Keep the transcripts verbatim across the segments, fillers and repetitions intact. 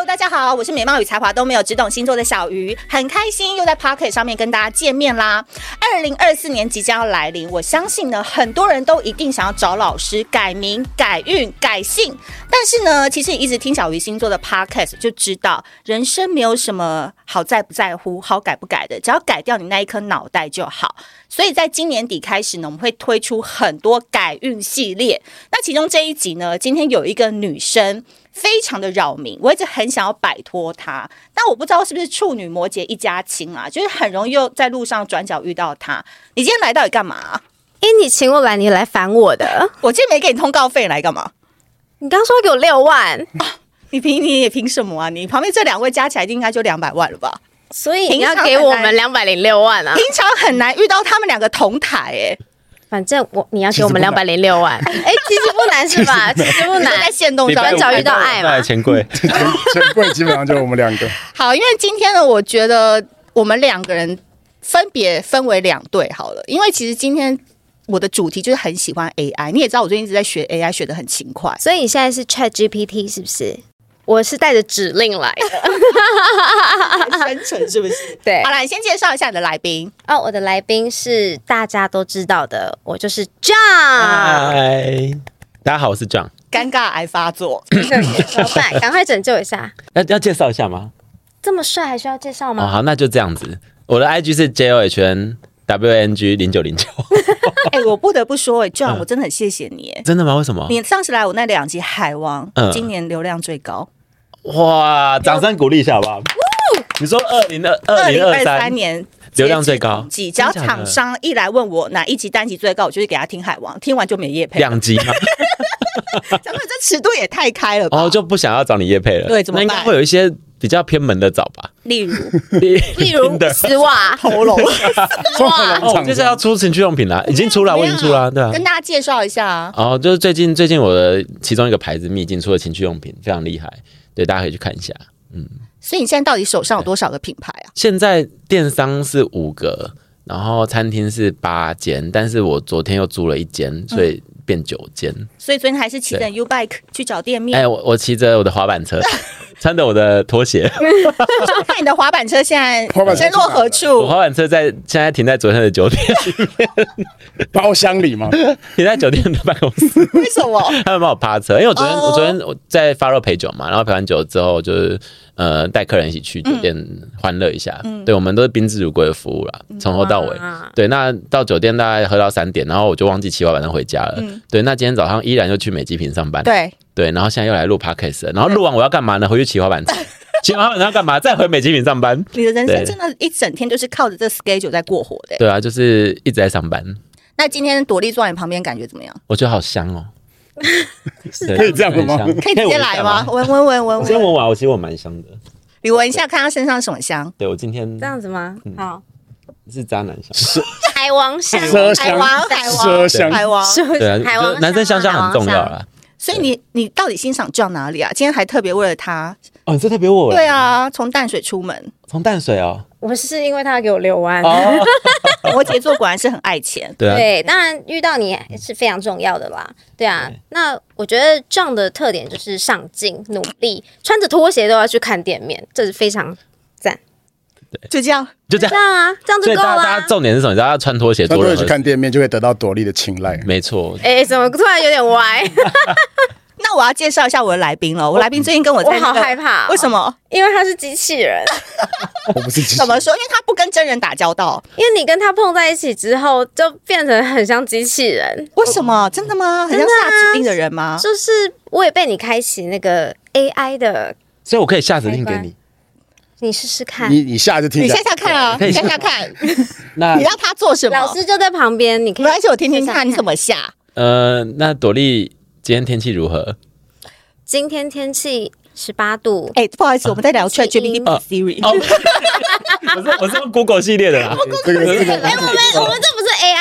大家好，我是美貌与才华都没有，只懂星座的小鱼，很开心又在 Pocket 上面跟大家见面啦。二零二四年即将要来临，我相信呢，很多人都一定想要找老师改名、改运、改姓。但是呢，其实你一直听小鱼星座的 Podcast 就知道，人生没有什么好在不在乎、好改不改的，只要改掉你那一颗脑袋就好。所以在今年底开始呢，我们会推出很多改运系列。那其中这一集呢，今天有一个女生非常的扰民，我一直很想要摆脱她，但我不知道是不是处女摩羯一家亲啊，就是很容易又在路上转角遇到她。你今天来到底干嘛？ 因为你请我来，你来烦我的。 我今天没给你通告费，你来干嘛？ 你刚说给我六万、 啊、你凭你也凭什么啊？你旁边这两位加起来应该就两百万了吧？ 所以你要给我们两百零六万啊！ 平常很难遇到他们两个同台哎、欸。 反正我你要给我们两百零六万，哎、欸，其实不难是吧？其实不难， 在限动上找遇到爱嘛。 钱柜，钱柜基本上就是我们两个。 好，因为今天呢，我觉得我们两个人分别分为两队好了，因为其实今天我的主题就是很喜欢 A I， 你也知道我最近一直在学 A I， 学得很勤快， 所以你现在是 Chat G P T 是不是？我是带着指令来的， 很深沉是不是？ 对， 好了，你先介绍一下你的来宾哦。我的来宾是大家都知道的，我就是 John。 嗨，大家好，我是 John。 尴尬癌发作， 怎么办？赶快拯救一下。 要要介绍一下吗？ 这么帅还需要介绍吗？ 哦，好，那就这样子。我的 I G 是 J O H N W N G 零九零九。 哎、欸，我不得不说、欸，哎 ，John，、嗯、我真的很谢谢你、欸。 真的吗？为什么？ 你上次来我那两集海王，嗯、今年流量最高。 哇！掌声鼓励一下好不好？你说二零二二零二三年流量最高， 只要厂商一来问我哪一集单集最高，我就去给他听海王，听完就没业配。 两集吗？ 咱们这尺度也太开了吧？ 哦，就不想要找你业配了。 对，怎么办？ 那应该会有一些比较偏门的找吧， 例如例如丝袜、 头龙。 哇，哦，就是要出情趣用品啦，已经出了，我已经出了，对啊。 跟大家介绍一下啊。 哦，就是最近最近我的其中一个牌子秘境出了情趣用品，非常厉害，对，大家可以去看一下。嗯， 所以你现在到底手上有多少个品牌啊？ 现在电商是五个，然后餐厅是八间，但是我昨天又租了一间，所以变九间。嗯、 所以昨天还是骑着 U bike 去找店面。 哎、欸，我我骑着我的滑板车，穿着我的拖鞋。 看你的滑板车现在身落何处？ 我滑板车在现在停在昨天的酒店里面， 包厢里吗？ 停在酒店的办公室。 为什么？ 他们帮我趴车，因为我昨天、oh. 我昨天我在发热陪酒嘛，然后陪完酒之后就是呃带客人一起去酒店欢乐一下。嗯、对，我们都是宾至如归的服务啦，从头到尾。对，那到酒店大概喝到三点，然后我就忘记骑滑板车回家了。嗯、对，那今天早上依然又去美极品上班。 对对，然后现在又来录 podcast 了，然后录完我要干嘛呢？回去骑滑板车。骑完滑板车要干嘛？再回美极品上班。 你的人生真的，一整天就是靠着这 schedule 在过活的、欸。 对啊，就是一直在上班。 那今天朵莉坐在你旁边，感觉怎么样？ 我觉得好香哦。 可以这样吗？ 可以直接来吗？闻闻闻闻。 我先闻完，我其实我蛮香的。 你闻一下，看他身上什么香？ 对，我今天这样子吗？嗯、好， 是渣男香， 海王香， 海王，海王， 香， 海王， 对啊，海王男生香香很重要啦。 所以你你到底欣赏 John 哪里啊？今天还特别为了他哦，你是特别为我？ 对啊，从淡水出门， 从淡水哦。 我是因为他给我六万。 哦、 摩羯座果然是很爱钱。 对、啊、 对，当然遇到你是非常重要的啦。对啊，对那我觉得 John 的特点就是上进、努力，穿着拖鞋都要去看店面，这是非常赞。 对， 就这样， 就这样， 这样啊，这样就够了、啊。 大家重点是什么？大家穿拖鞋， 穿拖鞋去看店面，就会得到朵莉的青睐。 没错。 哎、欸，怎么突然有点歪？ 那我要介绍一下我的来宾了。我来宾最近跟我在、那個， 我好害怕、哦。 为什么？ 因为他是机器人。 我不是机器人。 怎么说？因为他不跟真人打交道。 因为你跟他碰在一起之后，就变成很像机器人。 为什么？真的吗？很像下指令的人吗？ 就是我也被你开启那个 A I 的， 所以我可以下指令给你。 你试试看。 你你下就听。 你下下看啊，你下下看。 那你让他做什么？ 老师就在旁边，你可以。 没关系，我听听看你怎么下。 呃，那朵莉今天天气如何？ 今天天气十八度。 哎、欸，不好意思，我们在聊 ChatGPT Siri。 哦，我是我是用 Google 系列的啦。 Google 系列的。 哎、欸，我们我们这不是 A I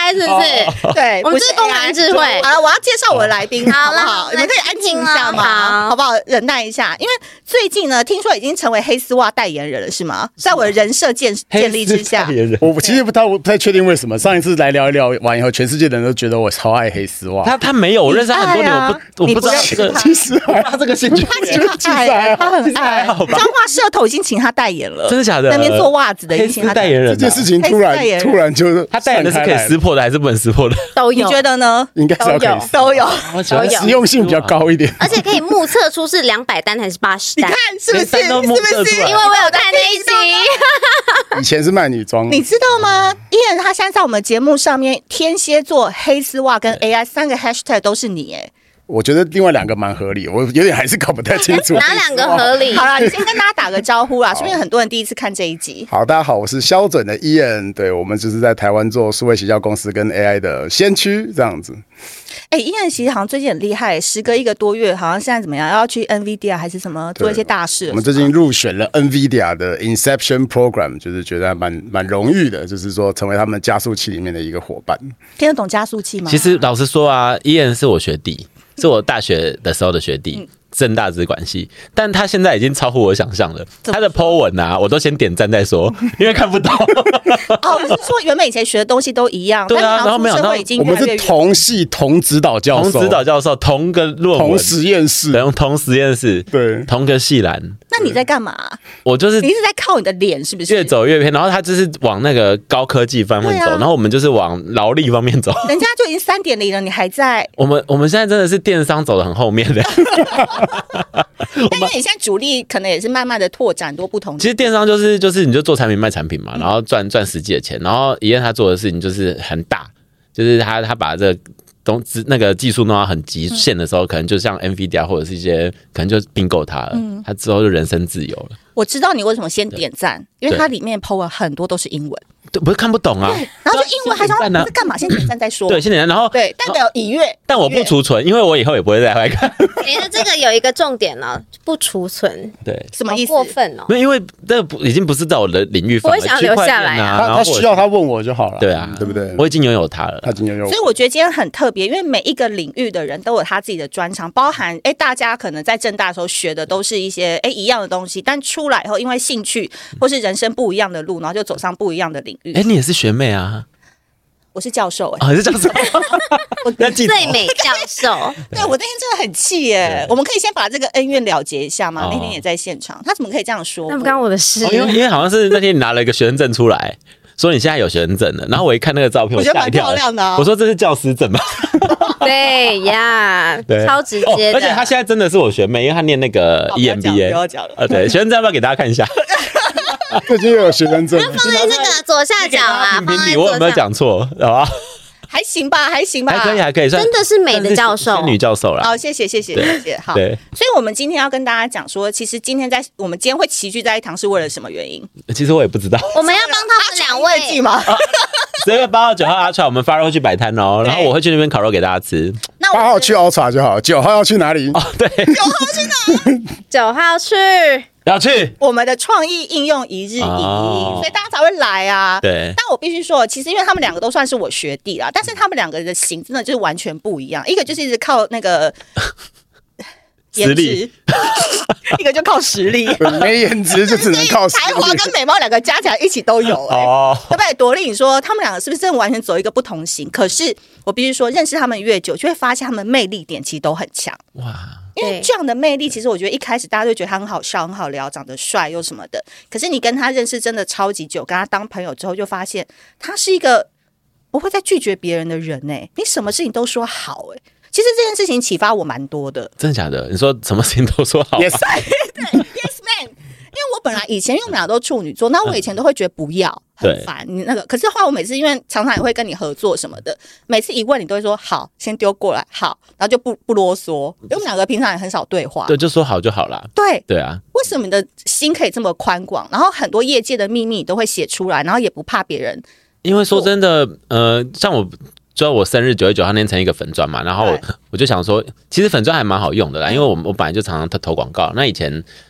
I 是不是？ 对， 我们这是工人智慧。 好了，我要介绍我的来宾，好不好？你们可以安静一下吗？好不好？忍耐一下，因为最近呢，听说已经成为黑丝袜代言人了，是吗？在我的人设建建立之下， 我其实不太不太确定为什么。上一次来聊一聊完以后，全世界的人都觉得我超爱黑丝袜。 他他没有，我认识他很多年，我不我不知道这个， 其实他这个兴趣， 他其实他爱，他很爱。彰化社头已经请他代言了， 真的假的？ 那边做袜子的已经请他代言人， 这件事情突然突然就是他代言的是可以撕破的还是不能撕破的？ 都有， 你觉得呢？ 应该是要可以撕， 都有， 都有， 实用性比较高一点， 而且可以目测出是两百单还是八十单？ 你看是不是？是不是？ 因为我有看那一集。 以前是卖女装， 你知道吗？伊人他现在在我们节目上面，天蝎座、黑丝袜跟 A I 三个 hashtag 都是你哎。 我觉得另外两个蛮合理，我有点还是搞不太清楚哪两个合理。 好啦，你先跟大家打个招呼啦，说不定很多人第一次看这一集。 好，大家好，我是标准的 Ian， 对，我们就是在台湾做数位行销公司跟 A I 的先驱这样子。 哎、欸，伊人其实好像最近很厉害，时隔一个多月，好像现在怎么样？要去 NVIDIA 还是什么做一些大事？ 我们最近入选了 NVIDIA 的 Inception Program， 就是觉得蛮蛮荣誉的，就是说成为他们加速器里面的一个伙伴。 听得懂加速器吗？ 其实老实说啊，Ian 是我学弟。是我大学的时候的学弟，政大资管系，但他现在已经超乎我想象了。他的 po 文啊，我都先点赞再说，因为看不懂。 哦，我是说原本以前学的东西都一样， 对啊，然后没有， 社会已经我们是同系同指导教授， 同指导教授，同个论文， 同实验室， 对，同实验室， 对， 同个系篮。 那你在干嘛？ 我就是你是在靠你的脸，是不是？ 越走越偏，然后他就是往那个高科技方面走，啊、然后我们就是往劳力方面走。 人家就已经三点零了，你还在？ 我们我们现在真的是电商走得很后面的。 但是你现在主力可能也是慢慢的拓展多不同的。 其实电商就是就是你就做产品卖产品嘛，然后赚赚实际的钱。然后一样他做的事情就是很大，就是他他把这个东那个技术弄到很极限的时候，嗯、可能就像 NVIDIA 或者是一些可能就并购他了，嗯、他之后就人生自由了。 我知道你为什么先点赞，因为它里面 po 了很多都是英文。 对，不是看不懂啊， 然后就英文还想说干嘛？先点赞再说。 对，先点赞，然后对代表已阅， 但我不储存，因为我以后也不会再来看。 其实这个有一个重点呢，不储存， 对， 什么意思？ 过分哦， 没有，因为这已经不是在我的领域范围， 我想留下来啊。 他他需要他问我就好了， 对啊， 对不对？ 我已经拥有它了， 他已经拥有。 所以我觉得今天很特别，因为每一个领域的人都有他自己的专长，包含哎，大家可能在政大的时候学的都是一些哎一样的东西，但出来以后因为兴趣或是人生不一样的路，然后就走上不一样的领域。 哎，你也是学妹啊？ 我是教授哎、 欸，哦，是教授， 我最美教授。 对我那天真的很气耶，我们可以先把这个恩怨了结一下吗？哦、那天也在现场，他怎么可以这样说？ 那不干我的事， 哦、因为因为好像是那天你拿了一个学生证出来，说你现在有学生证了，然后我一看那个照片， 我觉得蛮吓一跳， 漂亮的、哦。 我说这是教师证吧？ 对呀，超直接的、 哦。而且他现在真的是我学妹，因为他念那个 E M B A。 不要讲了， 呃，对，学生证要不要给大家看一下？ 最近又有学生证， 放在这个左下角啊， 评评理，我有没有讲错？好吧？ 还行吧，还行吧， 还可以，还可以， 真的是美的教授， 女教授啦。 好，谢谢，谢谢，谢谢。好，对，所以我们今天要跟大家讲说，其实今天在我们今天会齐聚在一堂是为了什么原因？ 其实我也不知道。 我们要帮他们两位吗？ 十月八号、九号阿川，我们发肉会去摆摊哦，然后我会去那边烤肉给大家吃。 那八号去Ultra就好，九号要去哪里？ 哦，对， 九号去哪？ 九号去。 要去我们的创意应用一日一，哦、所以大家才会来啊。 对， 但我必须说，其实因为他们两个都算是我学弟啦，但是他们两个的型真的就是完全不一样。一个就是一直靠那个实力， 一个就靠实力， 没颜值就只能靠实力。 才华跟美貌两个加起来一起都有、欸，哎、哦，对不对？朵莉，你说他们两个是不是真的完全走一个不同型？可是我必须说，认识他们越久，就会发现他们魅力点其实都很强。哇！因为这样的魅力，其实我觉得一开始大家都觉得他很好笑、很好聊，长得帅又什么的。可是你跟他认识真的超级久，跟他当朋友之后，就发现他是一个不会再拒绝别人的人哎、欸。你什么事情都说好哎、欸。其实这件事情启发我蛮多的。 真的假的？你说什么事情都说好 ？Yes， 对 ，Yes man。因为我本来以前因为我们俩都处女座，那我以前都会觉得不要。很烦你那个，可是后来我每次因为常常也会跟你合作什么的，每次一问你都会说好，先丢过来好，然后就不不啰嗦。因为我们两个平常也很少对话， 对，就说好就好啦。 对对啊， 为什么你的心可以这么宽广？然后很多业界的秘密你都会写出来，然后也不怕别人。 因为说真的，呃，像我。就我生日九月九号那天成一个粉专嘛，然后我就想说，其实粉专还蛮好用的啦，因为我我本来就常常投广告。那以前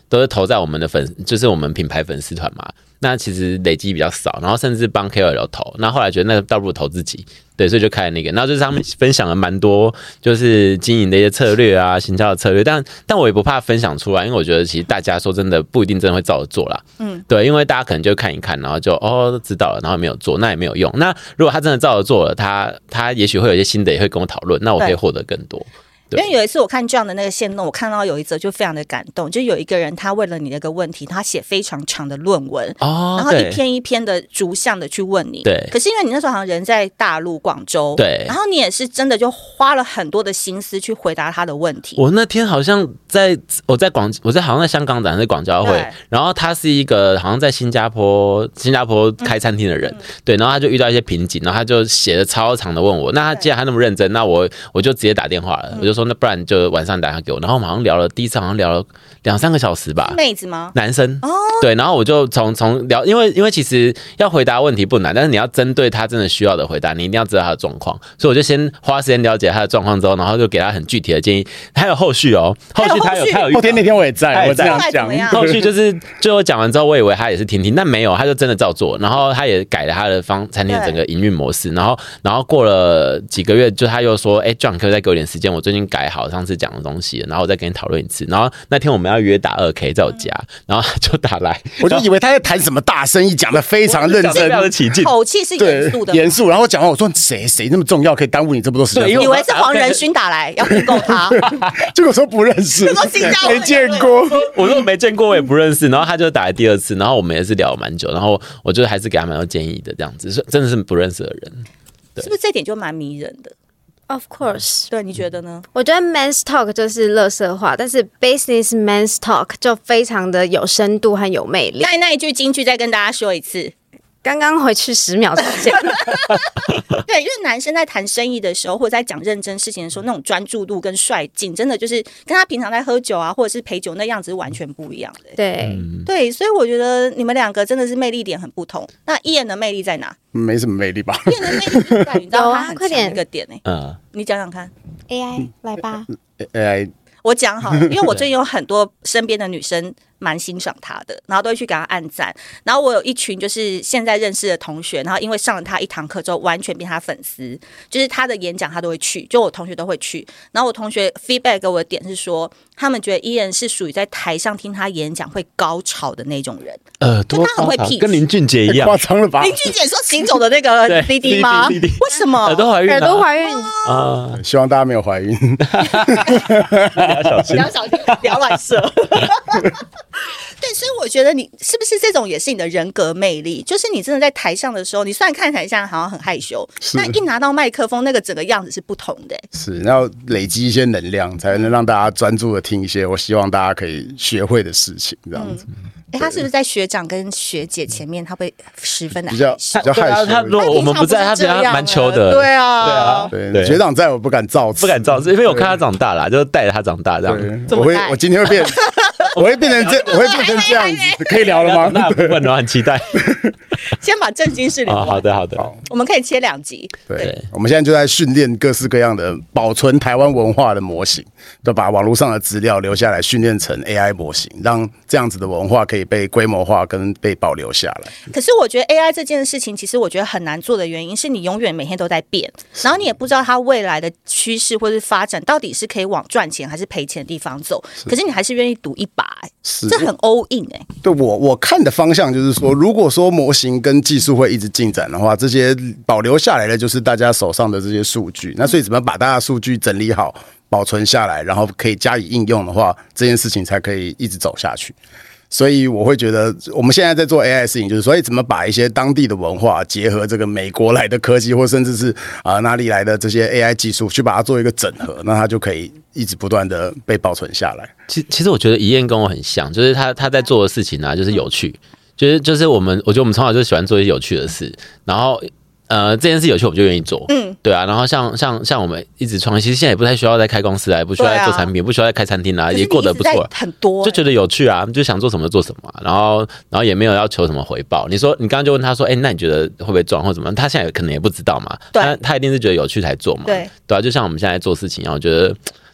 都是投在我们的粉，就是我们品牌粉丝团嘛。那其实累积比较少，然后甚至帮 K O L 投，那后来觉得那倒不如投自己，对，所以就开了那个，然后就是他们分享了蛮多，就是经营的一些策略啊，行销的策略，但但我也不怕分享出来，因为我觉得其实大家说真的不一定真的会照着做啦，嗯，对，因为大家可能就看一看，然后就哦知道了，然后没有做，那也没有用。那如果他真的照着做了，他他也许会有一些新的，也会跟我讨论，那我可以获得更多。 因为有一次我看这样的那个线动，我看到有一则就非常的感动，就有一个人他为了你那个问题，他写非常长的论文，哦、然后一篇一篇的逐项的去问你。 对。 可是因为你那时候好像人在大陆广州， 对， 然后你也是真的就花了很多的心思去回答他的问题。 我那天好像在我在广我在好像在香港展在广交会，然后他是一个好像在新加坡新加坡开餐厅的人，嗯、对，然后他就遇到一些瓶颈，然后他就写了超长的问我，那他既然他那么认真，那我我就直接打电话了，嗯、我就说那不然就。晚上打电话给我，然后我们好像聊了，第一次好像聊了两三个小时吧。 妹子吗？ 男生。哦，对，然后我就从从聊，因为因为其实要回答问题不难，但是你要针对他真的需要的回答，你一定要知道他的状况，所以我就先花时间了解他的状况之后，然后就给他很具体的建议。还有后续哦，后续他有他有后天那天我也在，我这样讲。 后续就是最后讲完之后，我以为他也是听听，但没有，他就真的照做，然后他也改了他的方餐厅的整个营运模式，然后然后过了几个月，就他又说，哎 ，John 可以再给我点时间，我最近改好上次讲的东西，然后我再跟你讨论一次。然后那天我们要约打二 K 在我家，然后他就打来， 我就以为他在谈什么大生意，讲得非常认真，非常的起劲， 口气是严肃的， 严肃。然后讲完，我说谁谁那么重要，可以耽误你这么多时间？ 以为是黄仁勋打来要并购他， 结果说不认识，没见过。 我说没见过，我也不认识。然后他就打来第二次，然后我们也是聊了蛮久，然后我就还是给他蛮多建议的，这样子，真的是不认识的人， 是不是这点就蛮迷人的？ Of course， 对，你觉得呢？ 我觉得 Men's Talk 就是垃圾话，但是 Business Men's Talk 就非常的有深度和有魅力。 那那一句金句再跟大家说一次。 刚刚回去十秒时间。 对，因为男生在谈生意的时候，或者在讲认真事情的时候，那种专注度跟率劲，真的就是跟他平常在喝酒啊，或者是陪酒那样子是完全不一样的。 对、 嗯、对，所以我觉得你们两个真的是魅力点很不同。那Ian的魅力在哪？ 没什么魅力吧。 Ian的魅力在，你知道他很强一个点哎、欸， 嗯， 你讲讲看。 A I 来吧。 A I。 我讲好了，因为我最近有很多身边的女生蛮欣赏他的，然后都会去给他按赞。然后我有一群就是现在认识的同学，然后因为上了他一堂课之后，完全变他粉丝，就是他的演讲他都会去，就我同学都会去。然后我同学 feedback 给我的点是说，他们觉得Ian是属于在台上听他演讲会高潮的那种人， 呃， 就他很会 pitch， 跟林俊杰一样， 夸张了吧？ 林俊杰说行走的那个 C D 吗？为什么？ 耳朵怀孕、啊， 耳朵怀孕啊！ 希望大家没有怀孕， 要小心， 不要小心，不要乱射。对，所以我觉得你是不是这种也是你的人格魅力？就是你真的在台上的时候，你虽然看起来像好像很害羞，但一拿到麦克风，那个整个样子是不同的、欸。 是要累积一些能量，才能让大家专注的听一些我希望大家可以学会的事情，这样子。嗯欸、他是不是在学长跟学姐前面，他会十分的比较比较害羞？ 他如果我们不在，他比较蛮糗的。 对啊， 对啊， 对对，学长在我不敢造次， 不敢造次，因为我看他长大了，就是带着他长大这样。 我会，我今天会变，我会变成这，我会变成这样子。可以聊了吗？ 那部分的话很期待。 先把正经事聊完、 哦。好的，好的。 我们可以切两集。 对，對我们现在就在训练各式各样的保存台湾文化的模型，就把网络上的资料留下来，训练成 A I 模型，让这样子的文化可以被规模化跟被保留下来。 可是我觉得 A I 这件事情，其实我觉得很难做的原因是你永远每天都在变，然后你也不知道它未来的趋势或是发展到底是可以往赚钱还是赔钱的地方走。可是你还是愿意赌一把、欸，是这很 all in 哎、欸。 对我我看的方向就是说，如果说模型跟技术会一直进展的话，这些保留下来的就是大家手上的这些数据。那所以怎么把大家的数据整理好、保存下来，然后可以加以应用的话，这件事情才可以一直走下去。所以我会觉得，我们现在在做 A I 的事情，就是说，怎么把一些当地的文化结合这个美国来的科技，或甚至是啊、呃、哪里来的这些 A I 技术，去把它做一个整合，那它就可以一直不断的被保存下来。 其其实我觉得宜燕跟我很像，就是他他在做的事情啊，就是有趣，就是就是我们，我觉得我们从小就喜欢做一些有趣的事，然后。呃，这件事有趣我们就愿意做，嗯，对啊，然后像像像我们一直创业，其实现在也不太需要再开公司啊，也不需要再做产品，啊、不需要再开餐厅啊，也过得不错、啊， 很多、欸， 就觉得有趣啊，就想做什么就做什么、啊，然后然后也没有要求什么回报。你说你刚刚就问他说，哎、欸，那你觉得会不会赚或怎么样？他现在可能也不知道嘛， 对， 他他一定是觉得有趣才做嘛， 对， 对啊，就像我们现在做事情，然后觉得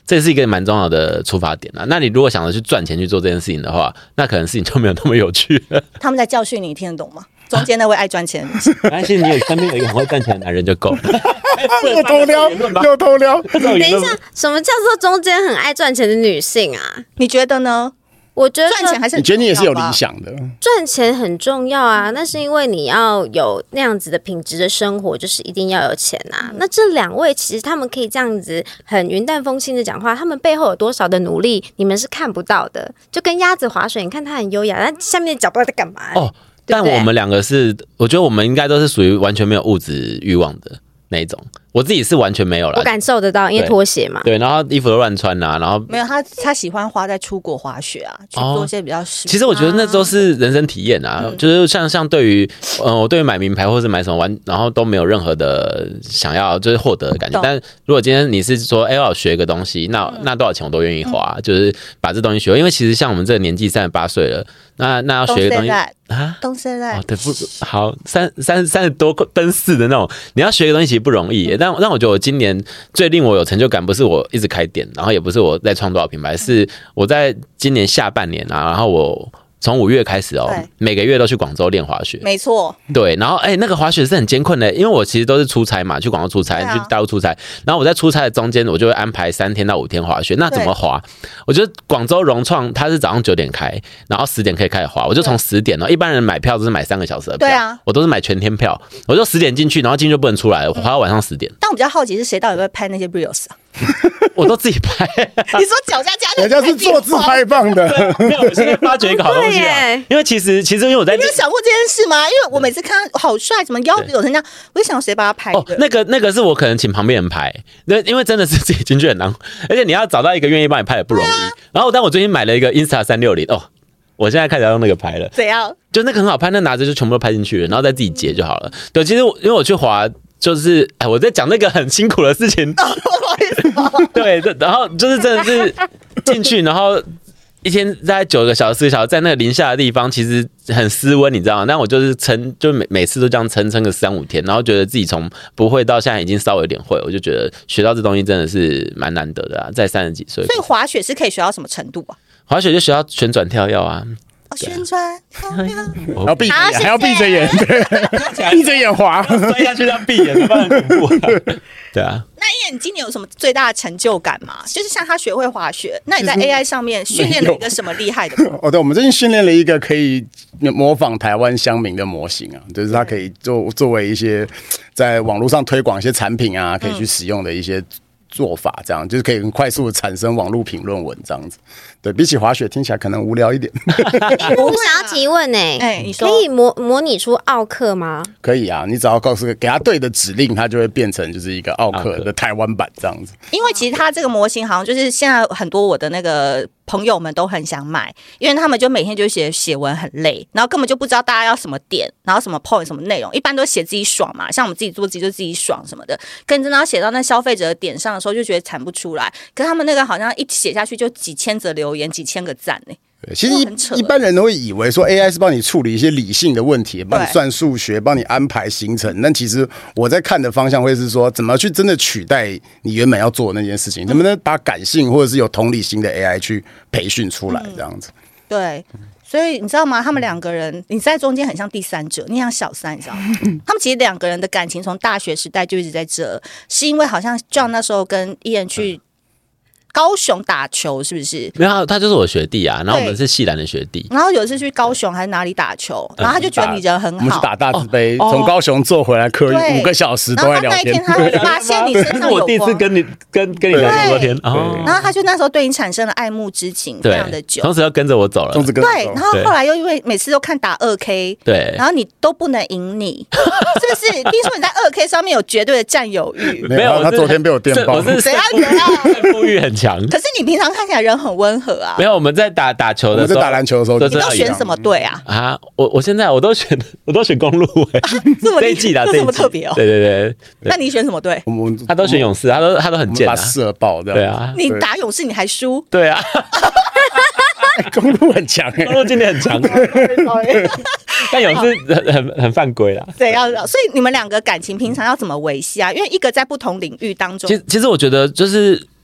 这是一个蛮重要的出发点啊。那你如果想着去赚钱去做这件事情的话，那可能事情就没有那么有趣了。 他们在教训你，你听得懂吗？中间那位爱赚钱的女生， 没关系，你有身边有一个很会赚钱的男人就够了。 又偷撩，又偷撩。 等一下，什么叫做中间很爱赚钱的女性啊？ 你觉得呢？ 我觉得赚钱还是你觉得你也是有理想的？ 赚钱很重要啊，那是因为你要有那样子的品质的生活，就是一定要有钱啊。嗯、那这两位其实他们可以这样子很云淡风轻的讲话，他们背后有多少的努力，你们是看不到的。就跟鸭子划水，你看它很优雅，但下面的脚不知道在干嘛、欸。哦， 但我们两个是，我觉得我们应该都是属于完全没有物质欲望的那一种。我自己是完全没有了， 我感受得到，因为拖鞋嘛。 对，然后衣服都乱穿啊，然后没有他，他喜欢花在出国滑雪啊，去做一些比较实。 其实我觉得那都是人生体验啊，嗯、就是像像对于呃，我对于买名牌或是买什么玩，然后都没有任何的想要就是获得的感觉。但如果今天你是说，哎、欸，我要学一个东西，那、嗯、那多少钱我都愿意花，嗯、就是把这东西学会。因为其实像我们这个年纪三十八岁了，那那要学一个东西啊， 东西来， 哦，对不好，三三三十多奔四的那种，你要学一个东西其实不容易。嗯、但但我觉得我今年最令我有成就感，不是我一直开店，然后也不是我在创多少品牌，是我在今年下半年啊，然后我从五月开始哦，每个月都去广州练滑雪， 没错， 对，然后哎、欸，那个滑雪是很艰困的，因为我其实都是出差嘛，去广州出差，啊、去大陆出差，然后我在出差的中间，我就会安排三天到五天滑雪。那怎么滑？我觉得广州融创它是早上九点开，然后十点可以开始滑，我就从十点哦，一般人买票都是买三个小时的票，对啊，我都是买全天票，我就十点进去，然后进去就不能出来了，滑到晚上十点。 但我比较好奇是谁到底会拍那些 reels 啊？ 我都自己拍。 你说脚下加， 人家是做自拍棒的。 没有，我现在发掘一个好东西啊，因为其实其实因为我在， 你有想过这件事吗？因为我每次看他好帅，怎么腰有成这样，我就想谁把他拍的。 哦，那个那个是我可能请旁边人拍，那因为真的是自己进去很难，而且你要找到一个愿意帮你拍也不容易。啊、然后，但我最近买了一个 Insta 三六零哦，我现在开始要用那个拍了。 怎样？ 就那个很好拍，那拿着就全部都拍进去了，然后再自己截就好了。对，其实我因为我去滑。就是哎，我在讲那个很辛苦的事情，对，然后就是真的是进去，然后一天在九个小时、十个小时，在那个零下的地方，其实很失温，你知道吗？但我就是撑，就每每次都这样撑撑个三五天，然后觉得自己从不会到现在已经稍微有点会，我就觉得学到这东西真的是蛮难得的啊，在三十几岁。 所以滑雪是可以学到什么程度啊？ 滑雪就学到旋转跳跃啊。 旋转， 还要闭着眼，还要闭着眼，闭着眼滑， 摔下去要闭眼，不然很恐怖。对啊。 那因为你今年有什么最大的成就感吗？就是像他学会滑雪，那你在 A I 上面训练了一个什么厉害的？ 哦，对，我们最近训练了一个可以模仿台湾乡民的模型啊，就是它可以作作为一些在网络上推广一些产品啊，可以去使用的一些做法，这样就是可以很快速的产生网络评论文这样子。对比起滑雪，听起来可能无聊一点。 我想要提问呢、欸，哎、欸，你说可以模模拟出奥客吗？ 可以啊，你只要告诉给他对的指令，他就会变成就是一个奥客的台湾版这样子。 因为其实他这个模型好像就是现在很多我的那个朋友们都很想买，因为他们就每天就写写文很累，然后根本就不知道大家要什么点，然后什么 point 什么内容，一般都写自己爽嘛，像我们自己做自己就自己爽什么的，跟真的要写到那消费者的点上的时候，就觉得产不出来。可是他们那个好像一写下去就几千则留言，几千个赞呢、欸。 对，其实一, 一般人都会以为说 A I 是帮你处理一些理性的问题，帮你算数学，帮你安排行程。但其实我在看的方向会是说，怎么去真的取代你原本要做的那件事情，能不能把感性或者是有同理心的 A I 去培训出来，这样子。 嗯、对。所以你知道吗？他们两个人，你在中间很像第三者，你像小三，你知道吗？他们其实两个人的感情从大学时代就一直在这，是因为好像 John 那时候跟Ian去高雄打球，是不是？ 没有，他就是我学弟啊。然后我们是系篮的学弟。 然后有一次去高雄还是哪里打球，然后他就觉得你人很好。 我们去打大字杯，从、哦、高雄坐回来，可以五个小时都在聊天。 然后他那一天他发现你身上有光， 我第一次跟你跟跟你聊这么多天。哦。 然后他就那时候对你产生了爱慕之情，非常的久。 从此要跟着我走了。 从此跟着对，然后后来又因为每次都看打二 K， 对，然后你都不能赢你，是不是？听说你在二 K 上面有绝对的占有欲。 没有，他昨天被我电爆。 谁要觉得胜负欲很强？ 可是你平常看起来人很温和啊。 没有，我们在打打球的时候， 我们在打篮球的时候， 你都选什么队啊？ 啊，我我现在我都选我都选公路哎、欸啊，这一季的这么特别哦。 对对 对, 对， 那你选什么队？ 他都选勇士，他都他都很贱啊， 射爆这样。 对啊， 你打勇士你还输？ 对啊。 公路很强、欸， 公路今天很强，但勇士很很很犯规啦。 对，要所以你们两个感情平常要怎么维系啊？因为一个在不同领域当中， 其实其实我觉得就是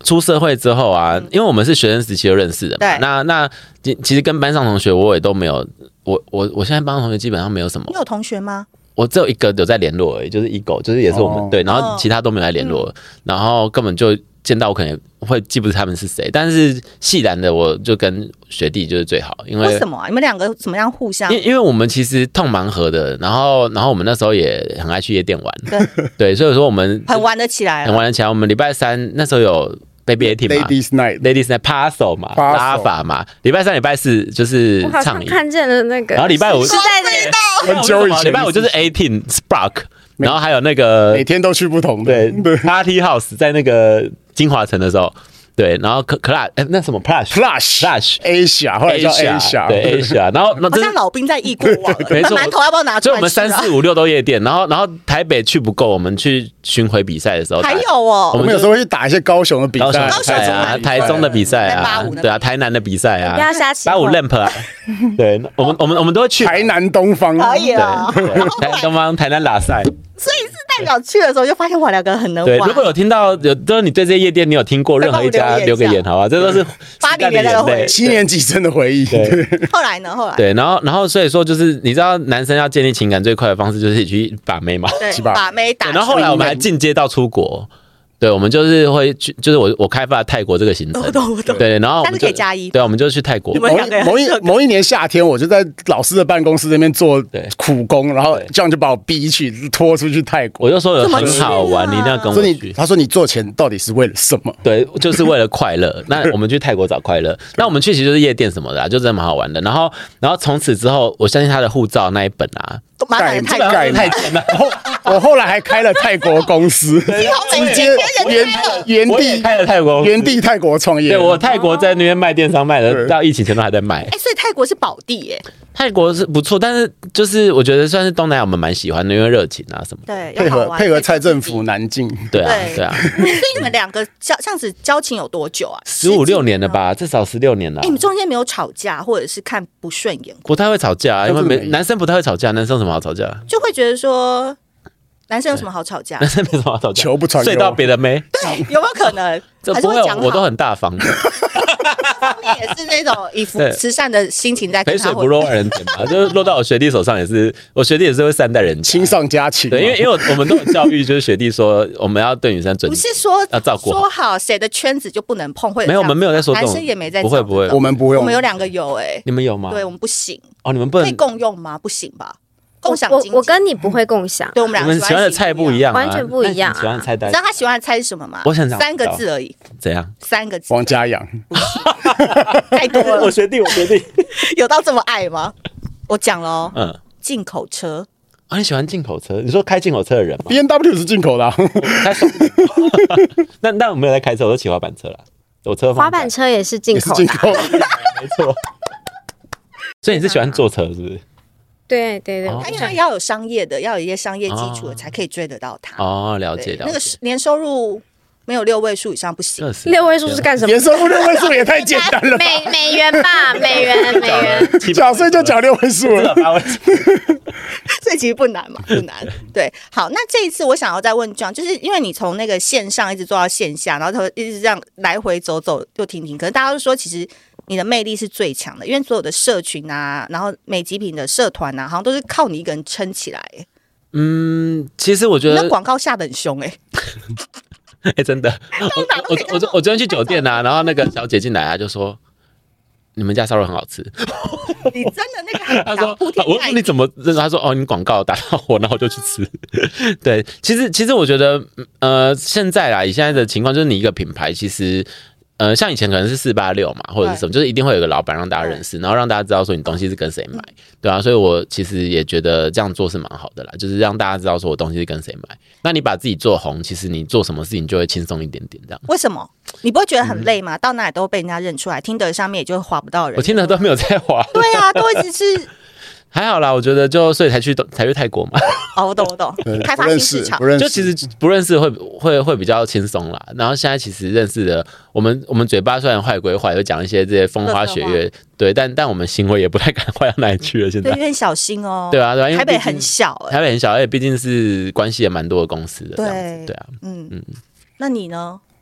出社会之后啊，因为我们是学生时期就认识的嘛，那那其实跟班上同学我也都没有，我我我现在班上同学基本上没有什么。 你有同学吗？ 我只有一个有在联络而已，就是 Ego， 就是也是我们、哦、对，然后其他都没有在联络、嗯，然后根本就见到我可能会记不住他们是谁，但是系篮的我就跟学弟就是最好，因为为什么、啊、你们两个怎么样互相？ 因因为我们其实痛蛮合的，然后然后我们那时候也很爱去夜店玩，对对，所以说我们很玩得起来， 很玩得起来。我们礼拜三那时候有。Baby eighteen 嘛 ，Ladies Night，Ladies Night Paso 嘛，拉法嘛，礼拜三、礼拜四就是唱。 我好像看见了那个， 然后礼拜五是在很久以前， 礼拜五就是 eighteen Spark， 然后还有那个每天都去不同的对 Party House， 在那个金华城的时候。对，然后 Clash， 哎，那什么 Plush Plush Plush Asia， 后来叫 Asia， 对 Asia， 然后好像老兵在异国王， 没错， 馒头要不要拿出来吃、啊？ 所以我们三四五六都夜店，然后然后台北去不够，我们去巡回比赛的时候还有哦， 我们有时候会去打一些高雄的比赛， 高雄啊，台中的比赛啊，对啊，台南的比赛啊， 不要瞎起八五 Lamp 啊，对，我们我们我们都会去台南东方， 可以啊， 台南东方台南拉赛。 所以是代表去的时候就发现哇，两个人很能玩。 对，如果有听到有，就是你对这些夜店你有听过任何一家留个言，好吧？这都是八零年代的回忆， 七年级生的回忆。 对， 后来呢？后来对，然后然后所以说就是你知道，男生要建立情感最快的方式就是去把妹嘛， 对，把妹打。 然后后来我们还进阶到出国。对，我们就是会去，就是我我开发泰国这个行程， 我懂我懂。 对，然后但是可以加一， 对，我们就去泰国。 某某一某一年夏天，我就在老师的办公室那边做苦工，然后这样就把我逼去拖出去泰国。 我就说有很好玩，你一定要跟我去。 他说你做钱到底是为了什么？ 对，就是为了快乐。那我们去泰国找快乐，那我们去其实就是夜店什么的、啊，就真的蛮好玩的。然后然后从此之后，我相信他的护照那一本啊。 盖太盖太甜了， 我后来还开了泰国公司，直接原原地开了泰国原地泰国创业。 对，我泰国在那边卖电商卖的，到疫情前都还在卖。 哎，所以泰国是宝地耶。 泰国是不错，但是就是我觉得算是东南亚我们蛮喜欢的，因为热情啊什么。 对， 配合配合蔡政府南进。 对啊，对啊。 所以你们两个交这样子交情有多久啊？ 十五六年了吧，至少十六年了。 哎，你们中间没有吵架，或者是看不顺眼？ 不太会吵架，因为没男生不太会吵架，男生有什么好吵架？ 就会觉得说，男生有什么好吵架？ 男生没什么好吵架， 球不传， 睡到别的妹。 对，有没有可能？ 这不会，我都很大方的。 你也是那种以慈慈善的心情在跟他肥水不落外人田嘛，就是落到我学弟手上也是，我学弟也是会善待人家， 亲上加亲。 对，因为因为我们都有教育，就是学弟说我们要对女生尊重， 不是说要照顾， 说好谁的圈子就不能碰，会没有，我们没有在说这种， 男生也没在， 不会不会， 我们不会， 我们有两个有哎， 你们有吗？ 对我们不行哦，你们不能可以共用吗？不行吧？共享我我跟你不会共享， 对我们两个喜欢的菜不一样， 完全不一样。 喜欢的菜单， 你知道他喜欢的菜是什么吗？ 我想三个字而已。 怎样？ 三个字。 王家养， 太多了。 我学弟，我学弟有到这么爱吗？我讲了哦， 嗯， 进口车啊，你喜欢进口车？你说开进口车的人吗 ？B M W 是进口的， 开那那我没有在开车，我都骑滑板车啦。我车滑板车也是进口的， 没错。所以你是喜欢坐车是不是？ 对对对， 他因为他要有商业的，要有一些商业基础的，才可以追得到他。 哦，了解了解。 那个年收入没有六位数以上不行。 六位数是干什么？ 年收入六位数也太简单了吧？ 美美元吧，美元美元， 缴税就缴六位数了， 八位数。 所以其实不难嘛，不难。对，好，那这一次我想要再问 John， 就是因为你从那个线上一直做到线下，然后他一直这样来回走走又停停，可是大家都说其实。你的魅力是最强的，因为所有的社群啊，然后美极品的社团啊，好像都是靠你一个人撑起来。 嗯，其实我觉得那广告下得很凶哎、 欸，哎、欸，真的，我我我我我昨天去酒店啊，然后那个小姐进来，她就说你们家烧肉很好吃。 你真的那个， 她说我说你怎么？她说哦，你广告打到我，然后我就去吃。对，其实其实我觉得呃，现在啦，以现在的情况，就是你一个品牌其实。呃，像以前可能是四八六嘛，或者是什么，就是一定会有个老板让大家认识，然后让大家知道说你东西是跟谁买，对啊，所以我其实也觉得这样做是蛮好的啦，就是让大家知道说我东西是跟谁买。那你把自己做红，其实你做什么事情就会轻松一点点这样。 为什么？你不会觉得很累吗？嗯、到哪里都会被人家认出来，听得上面也就会划不到人。 我听得都没有在划。 对啊，都一直是。 还好啦，我觉得就所以才去才去泰国嘛。 哦，我懂我懂，开发新市场， 就其实不认识会会会比较轻松啦。然后现在其实认识的，我们我们嘴巴虽然坏归坏，会讲一些这些风花雪月，对，但但我们行为也不太敢坏到哪里去了。现在对，有点小心哦。 对啊，对啊，因为台北很小、欸， 台北很小，而且毕竟是关系也蛮多的公司的， 对这样子，对啊， 嗯嗯。那你呢？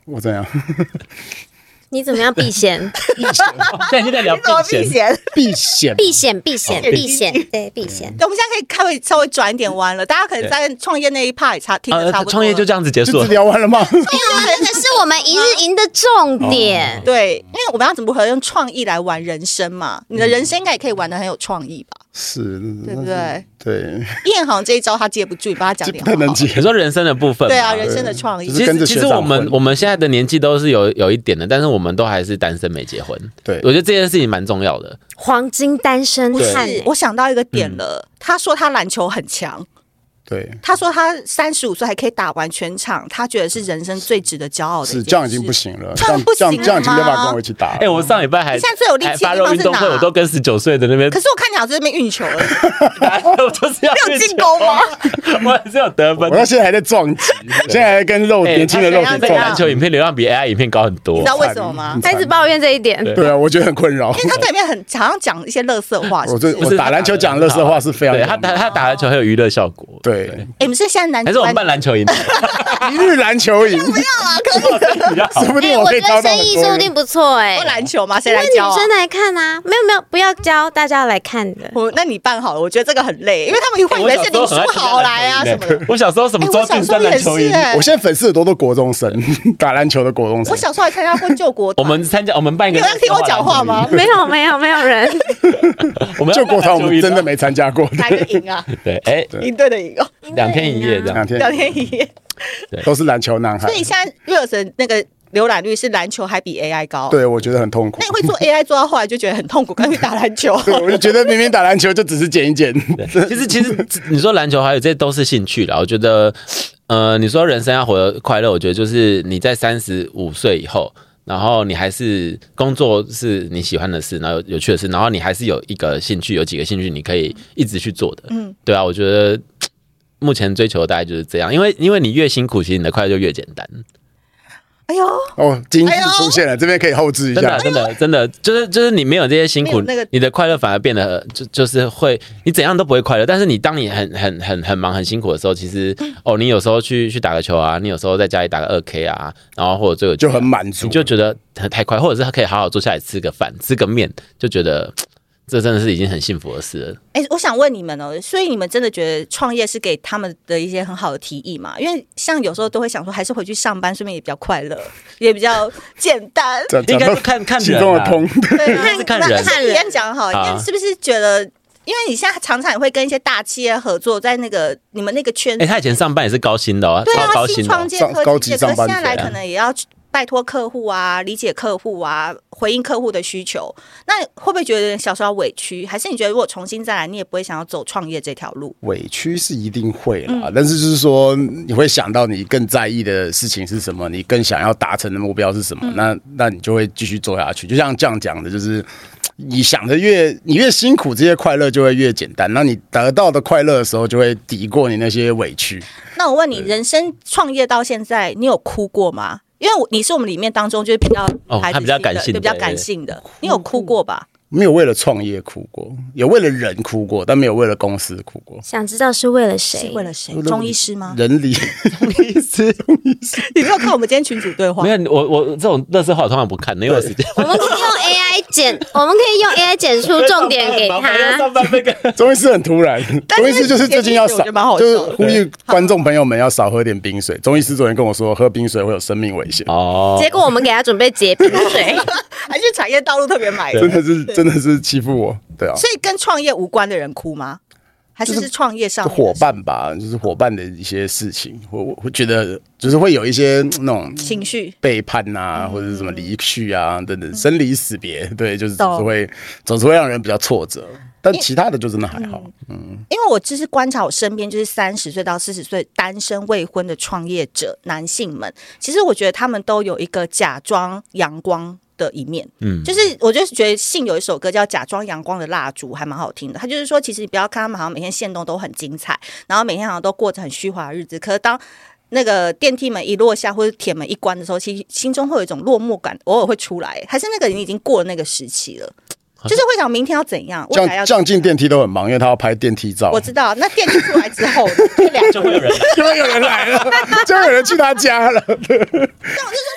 我怎样？ 你怎么样避嫌？ 现在就在聊避嫌， 避嫌， 避险，避险，避险，对，避险。 我们现在可以开会稍微转一点弯了，大家可能在创业那一 part 也差听得差不多。 创业就这样子结束了， 聊完了吗？ 因为这是我们一日营的重点。 对，因为我们要怎么如何用创意来玩人生嘛？你的人生应该也可以玩得很有创意吧？ 是， 对不对？ 对， 燕好像这一招他接不住，你帮他讲点话。 不能接。 你说人生的部分， 对啊，人生的创意。 其实其实我们我们现在的年纪都是有有一点的，但是我们都还是单身没结婚。 对， 我觉得这件事情蛮重要的。 黄金单身汉， 我想到一个点了，他说他篮球很强。 对， 他说他三十五岁还可以打完全场，他觉得是人生最值得骄傲的一件事。 是这样已经不行了， 这样不行了吗？ 这样已经没办法跟我一起打。 哎、欸，我上礼拜还现在最有力气的地方是哪？ 我都跟十九岁的那边。 可是我看你好像在那边运球了， 我就是要没有进攻吗？ 我还是有得分。 我到现在还在撞击，现在还跟肉、欸、年轻的肉体撞击。 篮球影片流量比 A I 影片高很多， 你知道为什么吗？ 他一直抱怨这一点。 对啊，我觉得很困扰， 因为他在里面很好像讲一些垃圾话。 我这我打篮球讲垃圾话是非常， 他他他打篮球很有娱乐效果。 对， 哎，你们是现在男还是我们办篮球营？ 一日篮球营不要啊，可以， 说不定我可以招到很多人。 我觉得生意说不定不错哎。 篮球吗？谁来教？ 女生来看啊？没有没有，不要教，大家来看的。 我那你办好了，我觉得这个很累，因为他们会以为是林书豪来啊什么的。 我小时候什么周俊生篮球营， 我现在粉丝很多都国中生，打篮球的国中生。 我小时候还参加过救国团。 我们参加，我们办一个。 你有听我讲话吗？ 没有没有没有人。 我们救国团我们真的没参加过。 哪个营啊？ 对，哎， 营队的营哦， 两天一夜这样， 两天两天一夜， 都是篮球男孩。 所以现在热神那个浏览率是篮球还比 A I 高。 对，我觉得很痛苦。 那你会做 A I 做到后来就觉得很痛苦，干脆打篮球。 对，我就觉得明明打篮球就只是剪一剪。 其实其实你说篮球还有这些都是兴趣啦，我觉得呃，你说人生要活得快乐，我觉得就是你在三十五岁以后。然后你还是工作是你喜欢的事，然后有有趣的事，然后你还是有一个兴趣，有几个兴趣你可以一直去做的。嗯，对啊，我觉得目前追求的大概就是这样，因为因为你越辛苦，其实你的快乐就越简单。 哎呦， 哦，金句出现了，哎、这边可以后置一下。 真的，真的，真的，就是就是你没有这些辛苦， 那个、 你的快乐反而变得就就是会，你怎样都不会快乐。但是你当你很很很很忙很辛苦的时候，其实哦，你有时候去去打个球啊，你有时候在家里打个二 K 啊，然后或者这个就很满足， 你就觉得太快，或者是可以好好坐下来吃个饭，吃个面，就觉得。这真的是已经很幸福的事了。 哎、欸，我想问你们哦，所以你们真的觉得创业是给他们的一些很好的提议吗？因为像有时候都会想说，还是回去上班，顺便也比较快乐，也比较简单。 应该是看看人啊，通对啊， 是看人。 那你先讲好，你是不是觉得？因为你现在常常也会跟一些大企业合作，在那个你们那个圈子。 哎、欸，他以前上班也是高薪的哦， 对啊， 高薪新创界、 高级上班族， 可是现在来可能也要拜托客户啊，理解客户啊，回应客户的需求。那会不会觉得有点小小委屈？还是你觉得如果重新再来，你也不会想要走创业这条路？ 委屈是一定会啦，嗯、但是就是说你会想到你更在意的事情是什么，你更想要达成的目标是什么，嗯、那那你就会继续做下去。就像这样讲的，就是你想的越你越辛苦，这些快乐就会越简单。那你得到的快乐的时候，就会抵过你那些委屈。 那我问你，人生创业到现在，你有哭过吗？因为你是我们里面当中就是比较哦，他比较感性的， 对，比较感性的，你有哭过吧？ 没有为了创业哭过，有为了人哭过，但没有为了公司哭过。 想知道是为了谁？ 是为了谁？中医师吗？ 人理中医师，中医师。 你没有看我们今天群组对话？ 没有，我我这种垃圾话我通常不看，没有时间。 我们可以用 A I 剪，我们可以用 A I 剪出重点给他。 中医师很突然，中医师就是最近要少，就是呼吁观众朋友们要少喝点冰水。中医师昨天跟我说，喝冰水会有生命危险。 哦， 结果我们给他准备结冰水， 还去产业道路特别买的， 真的是真的是欺负我，对啊。 所以跟创业无关的人哭吗？还是是创业上伙伴吧，就是伙伴的一些事情，我我会觉得就是会有一些那种情绪背叛啊，或者是什么离去啊等等，生离死别，对，就是总是会总是会让人比较挫折。但其他的就真的还好，嗯， 因为我就是观察我身边就是三十岁到四十岁单身未婚的创业者男性们，其实我觉得他们都有一个假装阳光的一面，嗯，就是我就觉得信有一首歌叫《假装阳光的蜡烛》，还蛮好听的。他就是说，其实你不要看他们好像每天限动都很精彩，然后每天好像都过着很虚华的日子，可是当那个电梯门一落下或者铁门一关的时候，其实心中会有一种落寞感，偶尔会出来，还是那个你已经过了那个时期了。就是会想明天要怎样， 这样这样进电梯都很忙，因为他要拍电梯照。 我知道，那电梯出来之后，就两就会有人， 就会有人来了，就会有人去他家了。 那我就说，除了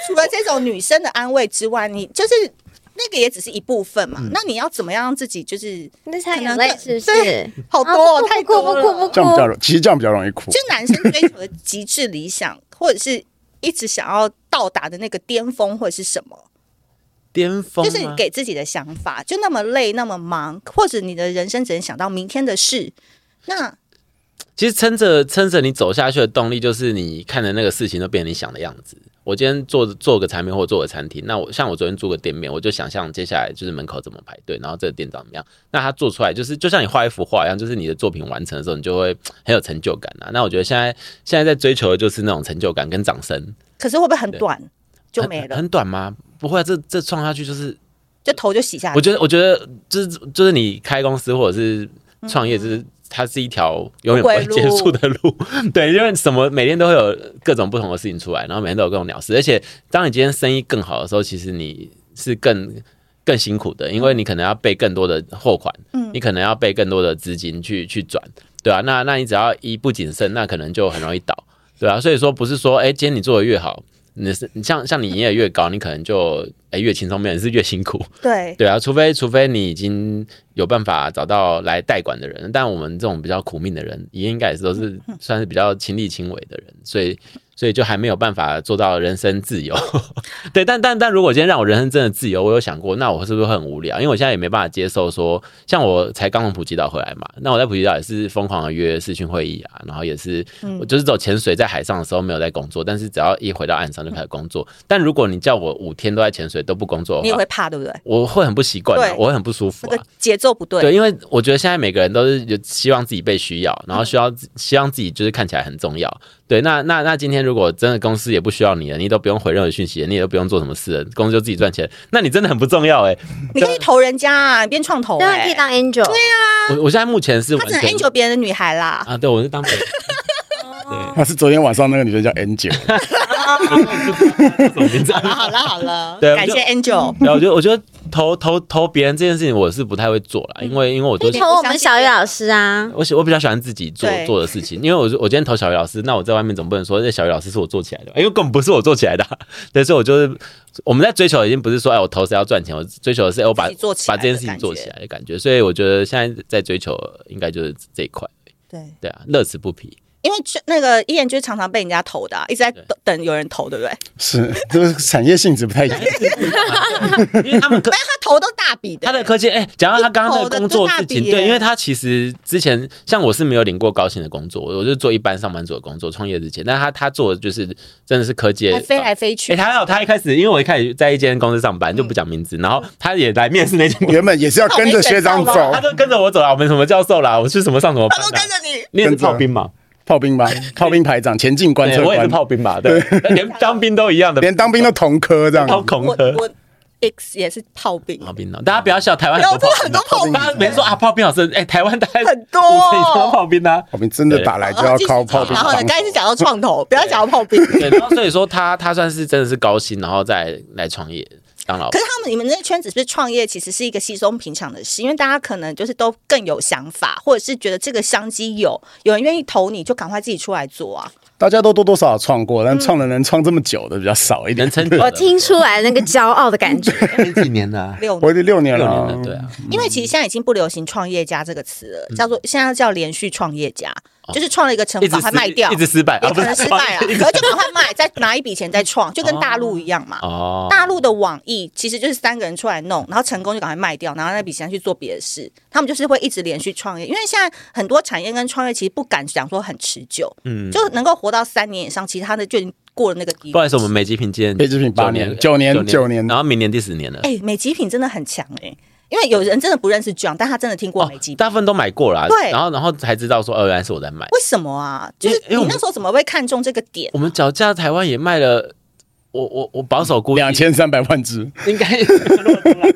种女生的安慰之外，你就是那个也只是一部分嘛。嗯、那你要怎么样让自己就是那擦眼泪是不是？ 对，好多、哦、太多了， 不哭不哭这样比较，其实这样比较容易哭。 就男生追求的极致理想，或者是一直想要到达的那个巅峰，或者是什么？ 巅峰就是给自己的想法，就那么累，那么忙，或者你的人生只能想到明天的事。那其实撑着撑着你走下去的动力，就是你看的那个事情都变成你想的样子。我今天做做个产品或者做个餐厅，那我像我昨天做个店面，我就想象接下来就是门口怎么排队，然后这个店长怎么样。那他做出来就是就像你画一幅画一样，就是你的作品完成的时候，你就会很有成就感啊。那我觉得现在现在在追求的就是那种成就感跟掌声。 可是会不会很短就没了？ 很, 很短吗？不会、啊，这这创下去就是就头就洗下去。 我觉得我觉得就是就是你开公司或者是创业，就是。嗯它是一条永远不会结束的路，对，因为什么每天都会有各种不同的事情出来，然后每天都有各种鸟事，而且当你今天生意更好的时候，其实你是更更辛苦的，因为你可能要备更多的货款，嗯，你可能要备更多的资金去去转，对啊，那那你只要一不谨慎，那可能就很容易倒，对啊，所以说不是说，哎、欸，今天你做的越好。你是你像像你营业越高，你可能就哎、欸、越轻松，没人是越辛苦。 对对啊，除非除非你已经有办法找到来代管的人，但我们这种比较苦命的人，也应该也是都是算是比较亲力亲为的人，所以所以就还没有办法做到人生自由。对，但但但如果今天让我人生真的自由，我有想过，那我是不是会很无聊？因为我现在也没办法接受说，像我才刚从普吉岛回来嘛，那我在普吉岛也是疯狂的约视讯会议啊，然后也是、嗯、我就是走潜水在海上的时候没有在工作，但是只要一回到岸上就开始工作。嗯、但如果你叫我五天都在潜水都不工作的话， 你也会怕，对不对？ 我会很不习惯、啊，我会很不舒服、啊， 那个节奏不对。 对，因为我觉得现在每个人都是有希望自己被需要，然后需要、嗯、希望自己就是看起来很重要。对，那那那今天如果真的公司也不需要你了，你都不用回任何讯息了，你也都不用做什么事了，公司就自己赚钱，那你真的很不重要哎、欸。 你可以投人家啊，你变创投、欸， 对，可以当 angel。 对啊， 我我现在目前是完全他只能 angel 别人的女孩啦。 啊，对，我是当别人。 他是昨天晚上那个女生叫 Angel。 什么名字？ 好了好了好了， 对， 感谢 Angel。 对，我觉得我觉得投投投别人这件事情我是不太会做啦，因为因为我都投我们小鱼老师啊。 我我比较喜欢自己做做的事情，因为我我今天投小鱼老师，那我在外面总不能说这小鱼老师是我做起来的，因为根本不是我做起来的、啊。对，所以我就是我们在追求已经不是说哎我投是要赚钱，我追求的是哎我把把这件事情做起来的感觉，所以我觉得现在在追求应该就是这一块。 对对啊，乐此不疲。 因为那个艺人就是常常被人家投的、啊，一直在等有人投，对不对？ 是，这个产业性质不太一样。 因为他们， 不然他投都大笔的、欸。 他的科技，哎、欸，讲到他刚刚的工作事情，对，因为他其实之前像我是没有领过高薪的工作，我就做一般上班族的工作，创业之前，但他他做的就是真的是科技， 还飞来飞去。 哎、欸，他有他一开始，因为我一开始在一间公司上班，就不讲名字，然后他也来面试那间公司， 原本也是要跟着学长走， 他就跟着我走了，我们什么教授啦，我去什么上什么班、啊， 他都跟着你， 你也是炮兵嘛。 炮兵吧，炮兵排长，前进观测官， 我也是炮兵吧，对，连当兵都一样的， 连当兵都同科这样， 同科。 我 X 也是炮兵， 炮兵哦，大家不要笑，台湾很多很多炮兵， 大家没说啊，炮兵老师，哎，台湾大概很多炮兵啊， 炮兵真的打来就要靠炮兵。 然后呢，刚才是讲到创投，不要讲到炮兵。 对，然后所以说他他算是真的是高薪，然后再来创业。可是他们你们那圈子是不是创业其实是一个稀松平常的事，因为大家可能就是都更有想法，或者是觉得这个商机有有人愿意投你，就赶快自己出来做啊。 大家都多多少少创过，但创的人创这么久的比较少一点。 我听出来那个骄傲的感觉。 几年了、啊？ 六年， 我已经六年了、啊。 六年了，对啊。 因为其实现在已经不流行创业家这个词了，叫做现在叫连续创业家。就是创了一个城堡，还卖掉， 一直失败， 也可能失败了，可是就赶快卖，再拿一笔钱再创，就跟大陆一样嘛。哦，大陆的网易其实就是三个人出来弄，然后成功就赶快卖掉，然后那笔钱去做别的事。他们就是会一直连续创业，因为现在很多产业跟创业其实不敢讲说很持久，嗯，就能够活到三年以上，其他的就已经过了那个地步。 不好意思，我们美极品今年美极品八年，九年，九年， 然后明年第十年了。 哎、欸，美极品真的很强哎、欸。因为有人真的不认识 John， 但他真的听过美极品、哦， 大部分都买过啦。 对， 然后然后才知道说，哦，原来是我在卖。 为什么啊？就是你那时候怎么会看中这个点？ 我们脚架台湾也卖了，我我我保守估计两千三百万只， 应该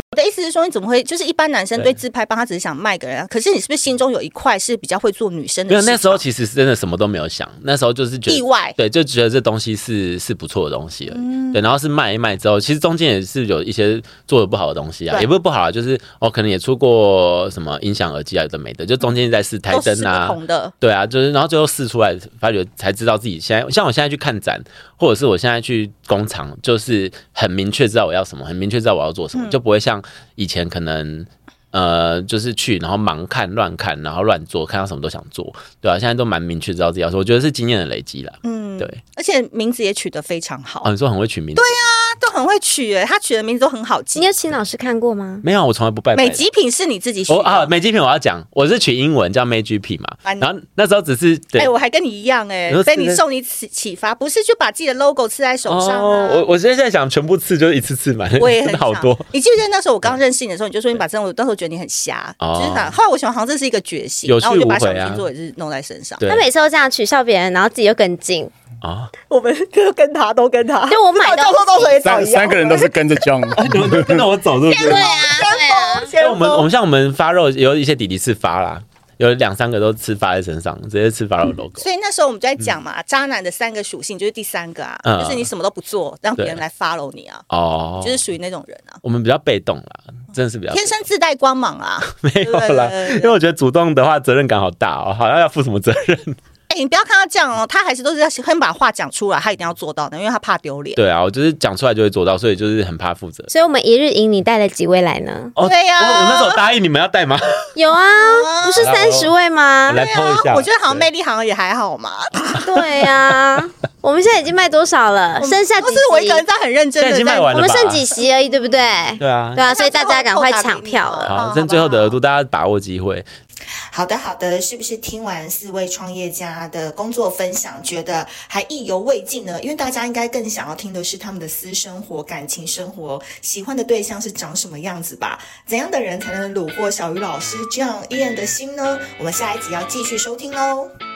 我的意思是说，你怎么会就是一般男生对自拍帮他只是想卖给人啊？可是你是不是心中有一块是比较会做女生的？ 没有，那时候其实真的什么都没有想，那时候就是觉得意外， 对，就觉得这东西是是不错的东西而已。嗯、对，然后是卖一卖之后，其实中间也是有一些做的不好的东西啊，也不是不好啊，就是哦，可能也出过什么音响耳机啊，有的没的，就中间在试台灯啊， 不同的， 对啊，就是然后最后试出来，发觉才知道自己现在，像我现在去看展，或者是我现在去工厂，就是很明确知道我要什么，很明确知道我要做什么，嗯、就不会像以前可能呃，就是去然后盲看乱看，然后乱做，看到什么都想做，对啊，现在都蛮明确知道自己要说，我觉得是经验的累积啦。嗯，对， 而且名字也取得非常好。 哦，你说很会取名字？ 对啊，都很会取诶，他取的名字都很好记。 你有请老师看过吗？ 没有，我从来不拜拜。 美极品是你自己取的？ 哦啊，美极品我要讲，我是取英文叫 Magp 嘛，然后那时候只是哎、欸，我还跟你一样哎、欸，所以你受你启启发，不是就把自己的 logo 刺在手上、啊哦、我我现在想全部刺就是一次刺满， 我也很好多。 你记不记得那时候我刚认识你的时候，你就说你把这种，我当时觉得你很瞎。哦、就是他，后来我想好像这是一个决心，然后我就把小星座也是弄在身上。 他每次都这样取笑别人，然后自己又跟进。 啊， 我们就跟他都跟他， 就我买的三三个人都是跟着 John， 跟着我走，对不对？ 对啊，对啊。我们我们像我们发肉有一些弟弟吃发啦。有两三个都吃发在身上，直接吃发肉 logo。 所以那时候我们就在讲嘛，嗯、渣男的三个属性就是第三个啊，嗯、就是你什么都不做，让别人来 follow 你啊。哦，就是属于那种人啊。 我们比较被动啦，真的是比较天生自带光芒啊。 没有啦，因为我觉得主动的话责任感好大哦，好像要负什么责任。 哎、欸，你不要看他这样哦，他还是都是要先把话讲出来，他一定要做到的，因为他怕丢脸。 对啊，我就是讲出来就会做到，所以就是很怕负责。 所以我们一日营你带了几位来呢？ 哦， 对呀、啊， 我那时候答应你们要带吗？ 有啊，不是三十位吗？ 我来剖一下。 我觉得好像魅力好像也还好嘛。 对呀、啊，我们现在已经卖多少了？剩下几集？ 不是我一个人在很认真的， 已经卖完了吧？ 我们剩几席而已，对不对？ 对啊， 对啊，所以大家赶快抢票了。 好，剩最后的额度，大家把握机会。 好的，好的，是不是听完四位创业家的工作分享，觉得还意犹未尽呢？因为大家应该更想要听的是他们的私生活、感情生活，喜欢的对象是长什么样子吧？怎样的人才能虏获小鱼老师这样依人的心呢？我们下一集要继续收听喽。